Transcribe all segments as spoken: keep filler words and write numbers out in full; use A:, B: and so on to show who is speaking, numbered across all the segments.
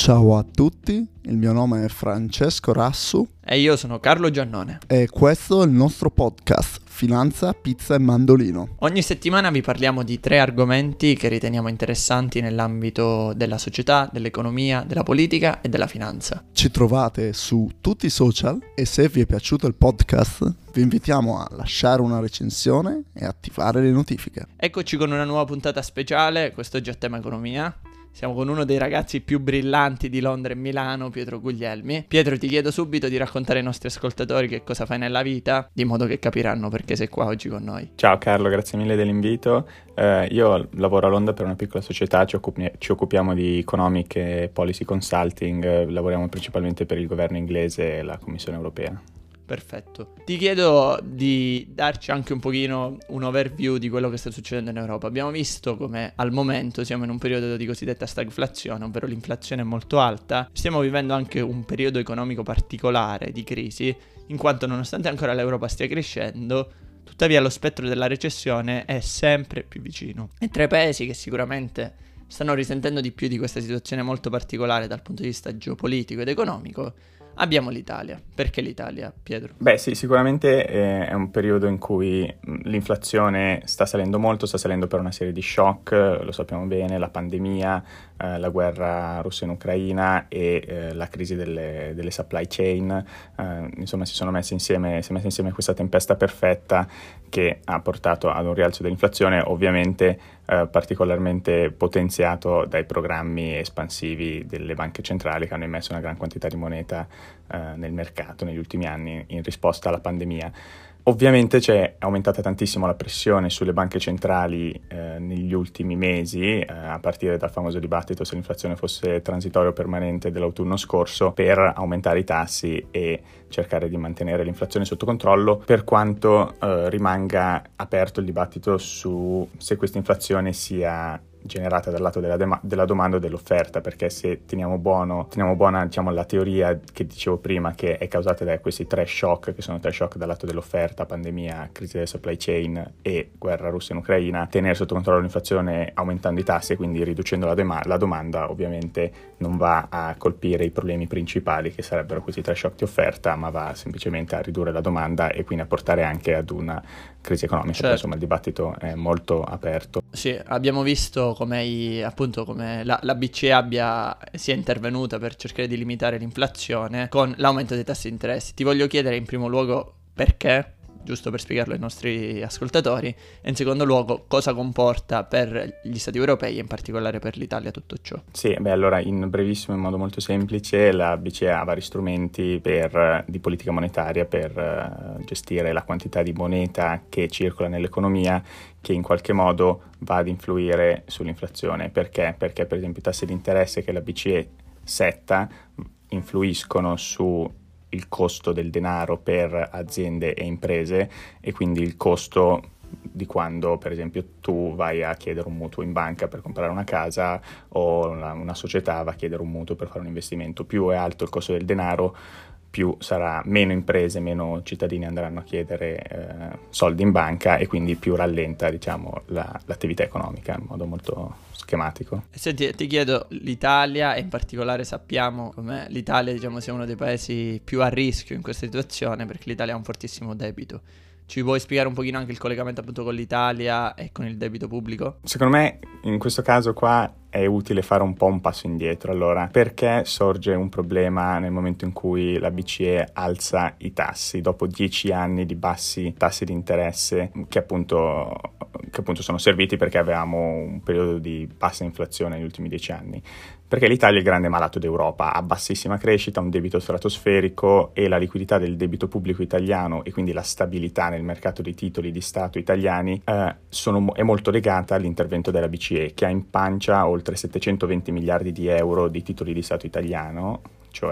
A: Ciao a tutti, il mio nome è Francesco Rassu
B: E io sono Carlo Giannone.
A: e questo è il nostro podcast Finanza, Pizza e Mandolino.
B: Ogni settimana vi parliamo di tre argomenti che riteniamo interessanti nell'ambito della società, dell'economia, della politica e della finanza.
A: Ci trovate su tutti i social e se vi è piaciuto il podcast vi invitiamo a lasciare una recensione e attivare le notifiche.
B: Eccoci con una nuova puntata speciale, quest'oggi a tema economia. Siamo con uno dei ragazzi più brillanti di Londra e Milano, Pietro Guglielmi. Pietro, ti chiedo subito di raccontare ai nostri ascoltatori che cosa fai nella vita, di modo che capiranno perché sei qua oggi con noi.
C: Ciao Carlo, grazie mille dell'invito. Eh, io lavoro a Londra per una piccola società, ci, occupi- ci occupiamo di economic e policy consulting, eh, lavoriamo principalmente per il governo inglese e la Commissione europea.
B: Perfetto. Ti chiedo di darci anche un pochino un overview di quello che sta succedendo in Europa. Abbiamo visto come al momento siamo in un periodo di cosiddetta stagflazione, ovvero l'inflazione è molto alta. Stiamo vivendo anche un periodo economico particolare di crisi, in quanto nonostante ancora l'Europa stia crescendo, tuttavia lo spettro della recessione è sempre più vicino. E tra i paesi che sicuramente stanno risentendo di più di questa situazione molto particolare dal punto di vista geopolitico ed economico abbiamo l'Italia. Perché l'Italia, Pietro?
C: Beh sì, sicuramente eh, è un periodo in cui mh, l'inflazione sta salendo molto, sta salendo per una serie di shock, lo sappiamo bene, la pandemia, eh, la guerra russa in Ucraina e eh, la crisi delle, delle supply chain, eh, insomma si sono messe insieme, si è messa insieme questa tempesta perfetta che ha portato ad un rialzo dell'inflazione, ovviamente eh, particolarmente potenziato dai programmi espansivi delle banche centrali che hanno emesso una gran quantità di moneta eh, nel mercato negli ultimi anni in risposta alla pandemia. Ovviamente c'è aumentata tantissimo la pressione sulle banche centrali eh, negli ultimi mesi, eh, a partire dal famoso dibattito se l'inflazione fosse transitoria o permanente dell'autunno scorso, per aumentare i tassi e cercare di mantenere l'inflazione sotto controllo, per quanto eh, rimanga aperto il dibattito su se questa inflazione sia generata dal lato della, de- della domanda o dell'offerta, perché se teniamo buono teniamo buona diciamo la teoria che dicevo prima, che è causata da questi tre shock, che sono tre shock dal lato dell'offerta: pandemia, crisi delle supply chain e guerra russa in Ucraina, tenere sotto controllo l'inflazione aumentando i tassi e quindi riducendo la, dem- la domanda ovviamente non va a colpire i problemi principali che sarebbero questi tre shock di offerta, ma va semplicemente a ridurre la domanda e quindi a portare anche ad una crisi economica.
B: Certo.
C: Insomma il dibattito è molto aperto.
B: Sì, abbiamo visto come i, appunto come la, la B C E abbia sia intervenuta per cercare di limitare l'inflazione con l'aumento dei tassi di interesse. Ti voglio chiedere in primo luogo perché, giusto per spiegarlo ai nostri ascoltatori, e in secondo luogo cosa comporta per gli Stati europei e in particolare per l'Italia tutto ciò.
C: Sì, beh, allora in brevissimo, in modo molto semplice, la B C E ha vari strumenti per, di politica monetaria per uh, gestire la quantità di moneta che circola nell'economia, che in qualche modo va ad influire sull'inflazione. Perché? Perché per esempio i tassi di interesse che la B C E setta influiscono su il costo del denaro per aziende e imprese e quindi il costo di quando per esempio tu vai a chiedere un mutuo in banca per comprare una casa o una, una società va a chiedere un mutuo per fare un investimento. Più è alto il costo del denaro, più sarà meno imprese, meno cittadini andranno a chiedere eh, soldi in banca e quindi più rallenta diciamo la, l'attività economica in modo molto schematico.
B: Senti, ti chiedo, l'Italia, e in particolare sappiamo come l'Italia diciamo sia uno dei paesi più a rischio in questa situazione perché l'Italia ha un fortissimo debito. Ci vuoi spiegare un pochino anche il collegamento appunto con l'Italia e con il debito pubblico?
C: Secondo me in questo caso qua è utile fare un po' un passo indietro. Allora, perché sorge un problema nel momento in cui la B C E alza i tassi dopo dieci anni di bassi tassi di interesse che appunto, che appunto sono serviti perché avevamo un periodo di bassa inflazione negli ultimi dieci anni? Perché l'Italia è il grande malato d'Europa, ha bassissima crescita, un debito stratosferico e la liquidità del debito pubblico italiano e quindi la stabilità nel mercato dei titoli di Stato italiani eh, sono, è molto legata all'intervento della B C E, che ha in pancia oltre settecentoventi miliardi di euro di titoli di Stato italiano, cioè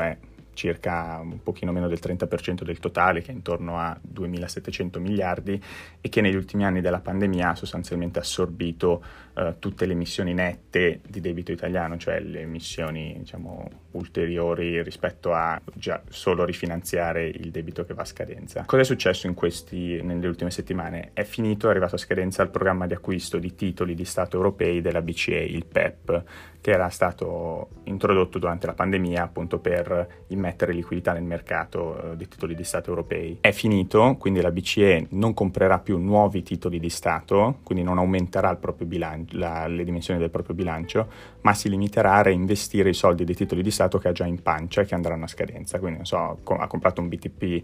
C: circa un pochino meno del trenta per cento del totale, che è intorno a duemilasettecento miliardi, e che negli ultimi anni della pandemia ha sostanzialmente assorbito eh, tutte le emissioni nette di debito italiano, cioè le emissioni, diciamo, ulteriori rispetto a già solo rifinanziare il debito che va a scadenza. Cosa è successo in questi, nelle ultime settimane? È finito, è arrivato a scadenza il programma di acquisto di titoli di Stato europei della B C E, il P E P, che era stato introdotto durante la pandemia appunto per immettere liquidità nel mercato eh, di titoli di Stato europei. È finito, quindi la B C E non comprerà più nuovi titoli di Stato, quindi non aumenterà il proprio bilancio, la, le dimensioni del proprio bilancio, ma si limiterà a reinvestire i soldi dei titoli di Stato che ha già in pancia e che andranno a scadenza. Quindi, non so, ha comprato un B T P eh,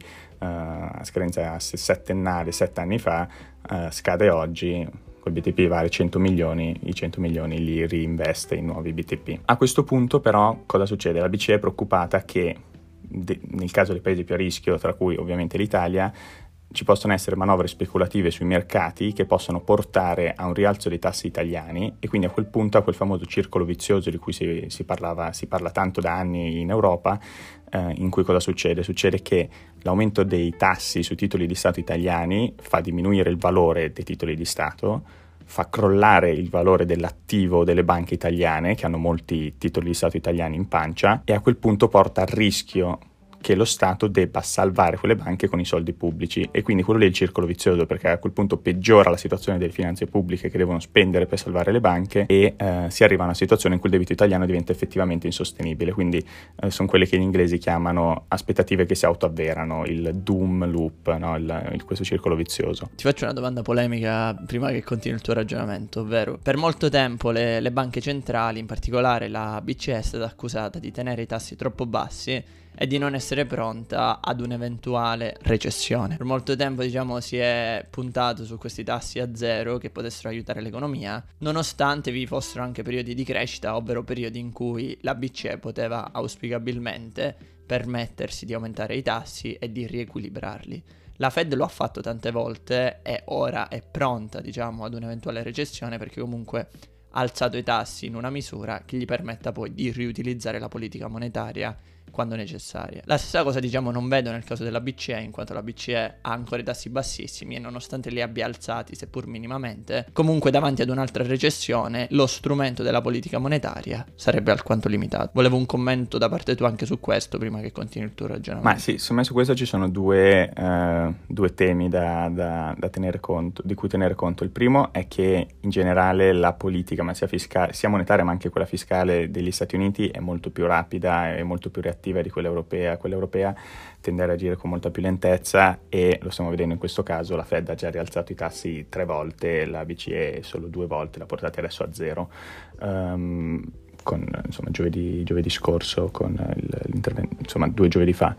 C: a scadenza settennale sette anni fa, eh, scade oggi. Il B T P vale cento milioni, i cento milioni li reinveste in nuovi B T P. A questo punto però cosa succede? La B C E è preoccupata che de- nel caso dei paesi più a rischio, tra cui ovviamente l'Italia, ci possono essere manovre speculative sui mercati che possono portare a un rialzo dei tassi italiani, e quindi a quel punto, a quel famoso circolo vizioso di cui si, si, parlava, si parla tanto da anni in Europa, eh, in cui cosa succede? Succede che l'aumento dei tassi sui titoli di Stato italiani fa diminuire il valore dei titoli di Stato, fa crollare il valore dell'attivo delle banche italiane, che hanno molti titoli di Stato italiani in pancia, e a quel punto porta al rischio che lo Stato debba salvare quelle banche con i soldi pubblici, e quindi quello lì è il circolo vizioso, perché a quel punto peggiora la situazione delle finanze pubbliche che devono spendere per salvare le banche, e eh, si arriva a una situazione in cui il debito italiano diventa effettivamente insostenibile. Quindi eh, sono quelle che gli inglesi chiamano aspettative che si autoavverano, il doom loop, no? il, il, questo circolo vizioso.
B: Ti faccio una domanda polemica prima che continui il tuo ragionamento, ovvero per molto tempo le, le banche centrali, in particolare la B C E, è stata accusata di tenere i tassi troppo bassi e di non essere pronta ad un'eventuale recessione. Per molto tempo, diciamo, si è puntato su questi tassi a zero che potessero aiutare l'economia, nonostante vi fossero anche periodi di crescita, ovvero periodi in cui la B C E poteva auspicabilmente permettersi di aumentare i tassi e di riequilibrarli. La Fed lo ha fatto tante volte e ora è pronta, diciamo, ad un'eventuale recessione, perché comunque ha alzato i tassi in una misura che gli permetta poi di riutilizzare la politica monetaria quando necessaria. La stessa cosa, diciamo, non vedo nel caso della B C E, in quanto la B C E ha ancora i tassi bassissimi e nonostante li abbia alzati, seppur minimamente, comunque davanti ad un'altra recessione lo strumento della politica monetaria sarebbe alquanto limitato. Volevo un commento da parte tua anche su questo prima che continui il tuo ragionamento.
C: Ma sì, secondo me su questo ci sono due, eh, due temi da, da, da tenere conto, di cui tenere conto. Il primo è che in generale la politica, ma sia fiscale, sia monetaria ma anche quella fiscale degli Stati Uniti, è molto più rapida e molto più reattiva di quella europea. Quella europea tende a reagire con molta più lentezza, e lo stiamo vedendo in questo caso. La Fed ha già rialzato i tassi tre volte, la B C E solo due volte, l'ha portata adesso a zero, um, con insomma giovedì, giovedì scorso, con il, l'intervento, insomma due giovedì fa.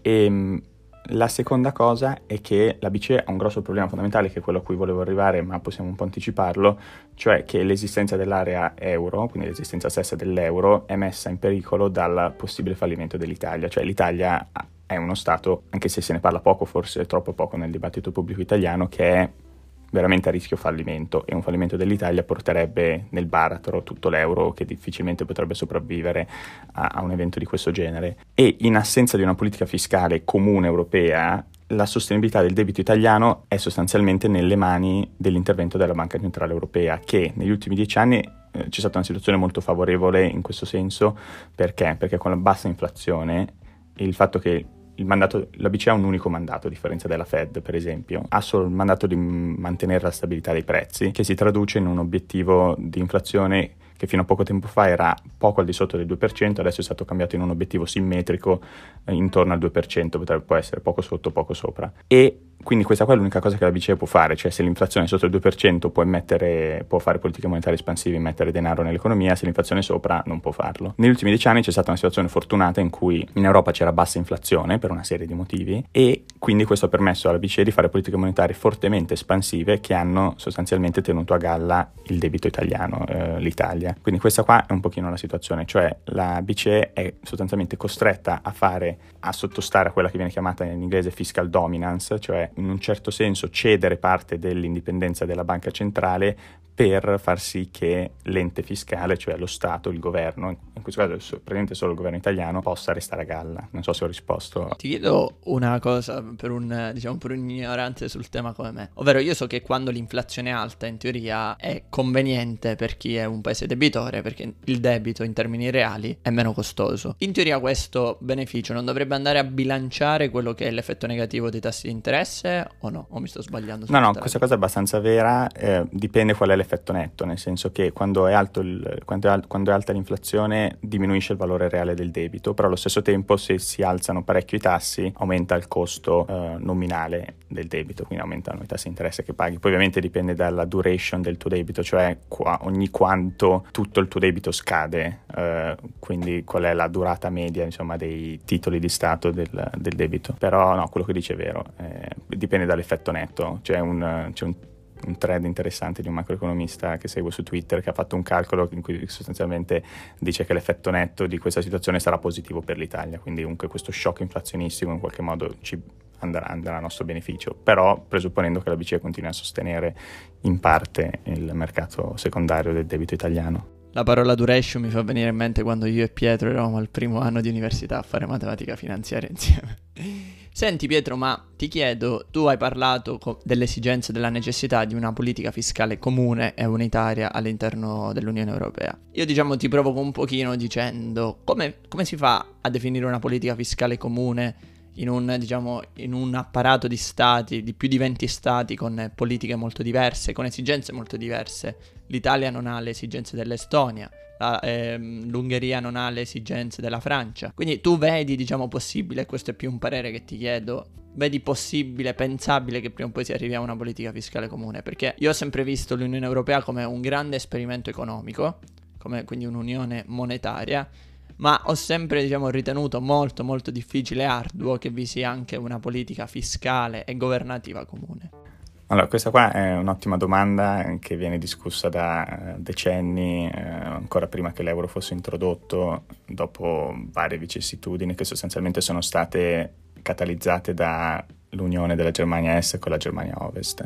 C: E la seconda cosa è che la B C E ha un grosso problema fondamentale, che è quello a cui volevo arrivare, ma possiamo un po' anticiparlo, cioè che l'esistenza dell'area euro, quindi l'esistenza stessa dell'euro, è messa in pericolo dal possibile fallimento dell'Italia. Cioè l'Italia è uno Stato, anche se se ne parla poco, forse troppo poco nel dibattito pubblico italiano, che è veramente a rischio fallimento, e un fallimento dell'Italia porterebbe nel baratro tutto l'euro, che difficilmente potrebbe sopravvivere a, a un evento di questo genere. E in assenza di una politica fiscale comune europea, la sostenibilità del debito italiano è sostanzialmente nelle mani dell'intervento della Banca Centrale Europea, che negli ultimi dieci anni eh, c'è stata una situazione molto favorevole in questo senso. Perché? Perché con la bassa inflazione, il fatto che il mandato, la B C E ha un unico mandato, a differenza della Fed per esempio, ha solo il mandato di mantenere la stabilità dei prezzi, che si traduce in un obiettivo di inflazione che fino a poco tempo fa era poco al di sotto del due per cento, adesso è stato cambiato in un obiettivo simmetrico eh, intorno al due per cento, potrebbe può essere poco sotto, poco sopra. E quindi questa qua è l'unica cosa che la B C E può fare, cioè se l'inflazione è sotto il due per cento può, mettere, può fare politiche monetarie espansive e mettere denaro nell'economia, se l'inflazione è sopra non può farlo. Negli ultimi dieci anni c'è stata una situazione fortunata in cui in Europa c'era bassa inflazione per una serie di motivi, e quindi questo ha permesso alla B C E di fare politiche monetarie fortemente espansive che hanno sostanzialmente tenuto a galla il debito italiano, eh, l'Italia. Quindi questa qua è un pochino la situazione, cioè la B C E è sostanzialmente costretta a fare, a sottostare a quella che viene chiamata in inglese fiscal dominance, cioè in un certo senso cedere parte dell'indipendenza della banca centrale per far sì che l'ente fiscale, cioè lo Stato, il governo, in questo caso praticamente solo il governo italiano, possa restare a galla. Non so se ho risposto.
B: Ti chiedo una cosa per un, diciamo, per un ignorante sul tema come me, ovvero io so che quando l'inflazione è alta in teoria è conveniente per chi è un paese debitore, perché il debito in termini reali è meno costoso. In teoria questo beneficio non dovrebbe andare a bilanciare quello che è l'effetto negativo dei tassi di interesse o no? O mi sto sbagliando?
C: No, no, questa cosa è abbastanza vera, eh, dipende qual è l'effetto netto, nel senso che quando è, alto il, quando, è al, quando è alta l'inflazione diminuisce il valore reale del debito, però allo stesso tempo se si alzano parecchio i tassi aumenta il costo eh, nominale del debito, quindi aumentano i tassi di interesse che paghi. Poi ovviamente dipende dalla duration del tuo debito, cioè qua, ogni quanto tutto il tuo debito scade, eh, quindi qual è la durata media, insomma, dei titoli di Stato del, del debito. Però no, quello che dice è vero, eh, dipende dall'effetto netto. C'è un, c'è un un thread interessante di un macroeconomista che seguo su Twitter che ha fatto un calcolo in cui sostanzialmente dice che l'effetto netto di questa situazione sarà positivo per l'Italia, quindi comunque questo shock inflazionistico in qualche modo ci andrà, andrà a nostro beneficio, però presupponendo che la B C E continui a sostenere in parte il mercato secondario del debito italiano.
B: La parola duration mi fa venire in mente quando io e Pietro eravamo al primo anno di università a fare matematica finanziaria insieme. Senti Pietro, ma ti chiedo, tu hai parlato co- delle esigenze, della necessità di una politica fiscale comune e unitaria all'interno dell'Unione Europea. Io diciamo ti provoco un pochino dicendo come, come si fa a definire una politica fiscale comune in un, diciamo, in un apparato di stati, di più di venti stati con politiche molto diverse, con esigenze molto diverse. L'Italia non ha le esigenze dell'Estonia, la, ehm, l'Ungheria non ha le esigenze della Francia. Quindi tu vedi, diciamo, possibile, questo è più un parere che ti chiedo, vedi possibile, pensabile che prima o poi si arrivi a una politica fiscale comune? Perché io ho sempre visto l'Unione Europea come un grande esperimento economico, come quindi un'unione monetaria, ma ho sempre, diciamo, ritenuto molto molto difficile e arduo che vi sia anche una politica fiscale e governativa comune.
C: Allora, questa qua è un'ottima domanda che viene discussa da decenni, eh, ancora prima che l'euro fosse introdotto, dopo varie vicissitudini che sostanzialmente sono state catalizzate dall'unione della Germania Est con la Germania Ovest.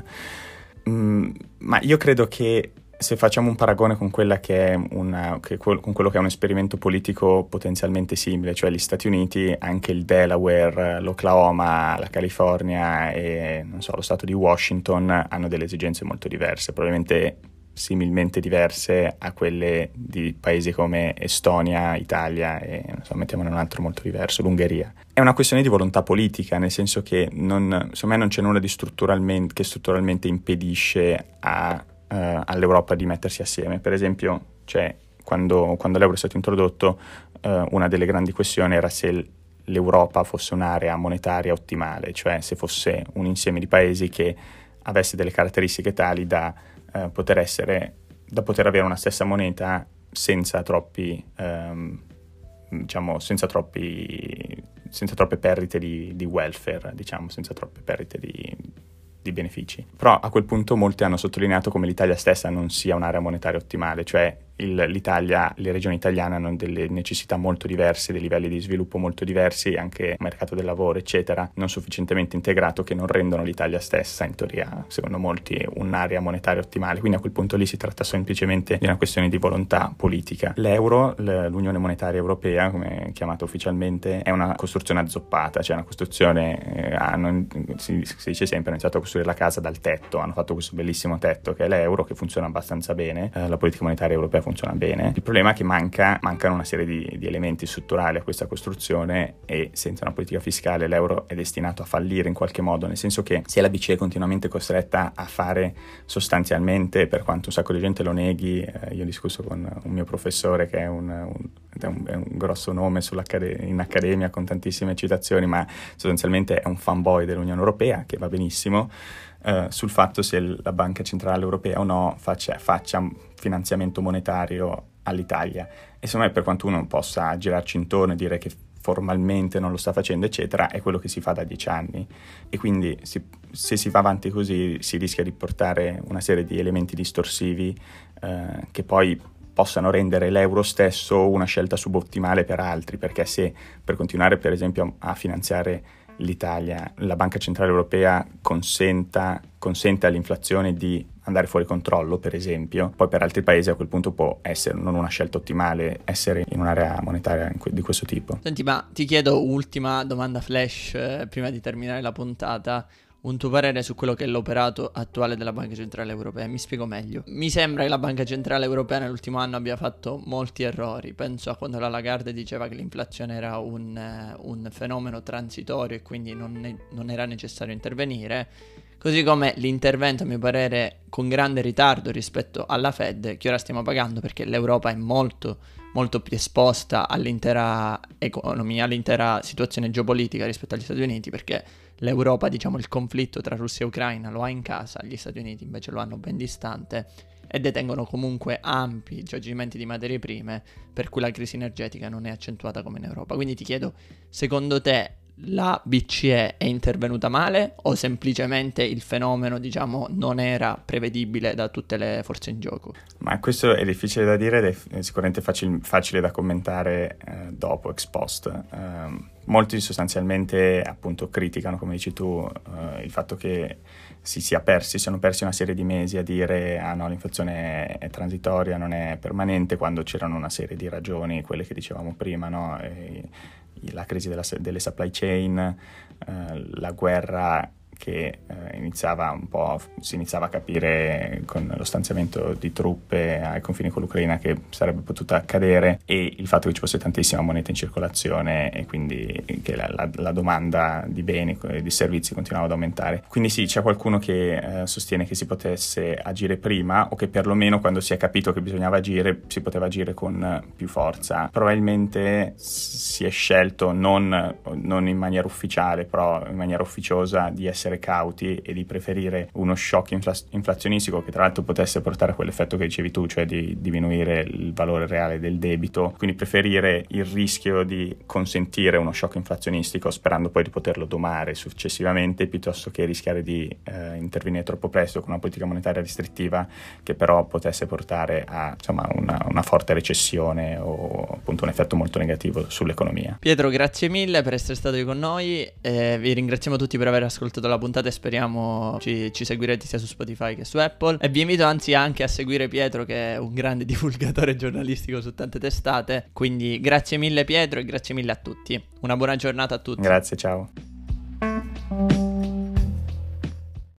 C: Mm, ma io credo che se facciamo un paragone con quella che è una, che, con quello che è un esperimento politico potenzialmente simile, cioè gli Stati Uniti, anche il Delaware, l'Oklahoma, la California e non so, lo stato di Washington hanno delle esigenze molto diverse, probabilmente similmente diverse a quelle di paesi come Estonia, Italia e non so, mettiamone un altro molto diverso, l'Ungheria. È una questione di volontà politica, nel senso che non, secondo me non c'è nulla di strutturalmente, che strutturalmente impedisce a Uh, all'Europa di mettersi assieme. Per esempio, cioè, quando, quando l'euro è stato introdotto, uh, una delle grandi questioni era se l'Europa fosse un'area monetaria ottimale, cioè se fosse un insieme di paesi che avesse delle caratteristiche tali da uh, poter essere, da poter avere una stessa moneta senza troppi, um, diciamo, senza troppi, senza troppe perdite di, di welfare, diciamo, senza troppe perdite di di benefici. Però a quel punto molti hanno sottolineato come l'Italia stessa non sia un'area monetaria ottimale, cioè il, l'Italia, le regioni italiane hanno delle necessità molto diverse, dei livelli di sviluppo molto diversi, anche il mercato del lavoro, eccetera, non sufficientemente integrato, che non rendono l'Italia stessa, in teoria, secondo molti, un'area monetaria ottimale. Quindi a quel punto lì si tratta semplicemente di una questione di volontà politica. L'euro, l'Unione Monetaria Europea, come è chiamata ufficialmente, è una costruzione azzoppata, cioè una costruzione, eh, hanno, si, si dice sempre, hanno iniziato a costruire la casa dal tetto, hanno fatto questo bellissimo tetto che è l'euro, che funziona abbastanza bene, eh, la politica monetaria europea funziona bene. Il problema è che manca, mancano una serie di, di elementi strutturali a questa costruzione, e senza una politica fiscale l'euro è destinato a fallire in qualche modo, nel senso che se la B C E è continuamente costretta a fare sostanzialmente, per quanto un sacco di gente lo neghi, eh, io ho discusso con un mio professore che è un, un, è un, è un grosso nome in accademia con tantissime citazioni, ma sostanzialmente è un fanboy dell'Unione Europea, che va benissimo, Uh, sul fatto se la Banca Centrale Europea o no faccia, faccia finanziamento monetario all'Italia. E secondo me, per quanto uno possa girarci intorno e dire che formalmente non lo sta facendo, eccetera, è quello che si fa da dieci anni. E quindi si, se si va avanti così si rischia di portare una serie di elementi distorsivi uh, che poi possano rendere l'euro stesso una scelta subottimale per altri, perché se per continuare per esempio a finanziare l'Italia, la Banca Centrale Europea consenta, consente all'inflazione di andare fuori controllo, per esempio, poi per altri paesi a quel punto può essere non una scelta ottimale essere in un'area monetaria in que- di questo tipo.
B: Senti, ma ti chiedo ultima domanda flash eh, prima di terminare la puntata. Un tuo parere su quello che è l'operato attuale della Banca Centrale Europea? Mi spiego meglio. Mi sembra che la Banca Centrale Europea nell'ultimo anno abbia fatto molti errori. Penso a quando la Lagarde diceva che l'inflazione era un, eh, un fenomeno transitorio e quindi non, ne- non era necessario intervenire. Così come l'intervento, a mio parere, con grande ritardo rispetto alla Fed, che ora stiamo pagando perché l'Europa è molto, molto più esposta all'intera economia, all'intera situazione geopolitica rispetto agli Stati Uniti, perché l'Europa, diciamo, il conflitto tra Russia e Ucraina lo ha in casa, gli Stati Uniti invece lo hanno ben distante e detengono comunque ampi giacimenti di materie prime, per cui la crisi energetica non è accentuata come in Europa. Quindi ti chiedo, secondo te la B C E è intervenuta male o semplicemente il fenomeno, diciamo, non era prevedibile da tutte le forze in gioco?
C: Ma questo è difficile da dire ed è sicuramente facile, facile da commentare eh, dopo, ex post. Um, molti sostanzialmente appunto criticano, come dici tu, uh, il fatto che si sia persi, siano persi una serie di mesi a dire ah no, l'inflazione è, è transitoria, non è permanente, quando c'erano una serie di ragioni, quelle che dicevamo prima, no? E, la crisi della, delle supply chain, eh, la guerra che eh, iniziava un po', si iniziava a capire con lo stanziamento di truppe ai confini con l'Ucraina che sarebbe potuta accadere, e il fatto che ci fosse tantissima moneta in circolazione e quindi che la, la, la domanda di beni e di servizi continuava ad aumentare. Quindi sì, c'è qualcuno che eh, sostiene che si potesse agire prima, o che perlomeno quando si è capito che bisognava agire si poteva agire con più forza. Probabilmente si è scelto non, non in maniera ufficiale, però in maniera ufficiosa, di essere cauti e di preferire uno shock infla- inflazionistico che tra l'altro potesse portare a quell'effetto che dicevi tu, cioè di diminuire il valore reale del debito, quindi preferire il rischio di consentire uno shock inflazionistico sperando poi di poterlo domare successivamente, piuttosto che rischiare di eh, intervenire troppo presto con una politica monetaria restrittiva che però potesse portare a insomma una, una forte recessione o appunto un effetto molto negativo sull'economia.
B: Pietro, grazie mille per essere stato qui con noi, eh, vi ringraziamo tutti per aver ascoltato la puntata e speriamo ci, ci seguirete sia su Spotify che su Apple, e vi invito anzi anche a seguire Pietro, che è un grande divulgatore giornalistico su tante testate. Quindi grazie mille Pietro e grazie mille a tutti, una buona giornata a tutti.
C: Grazie, ciao.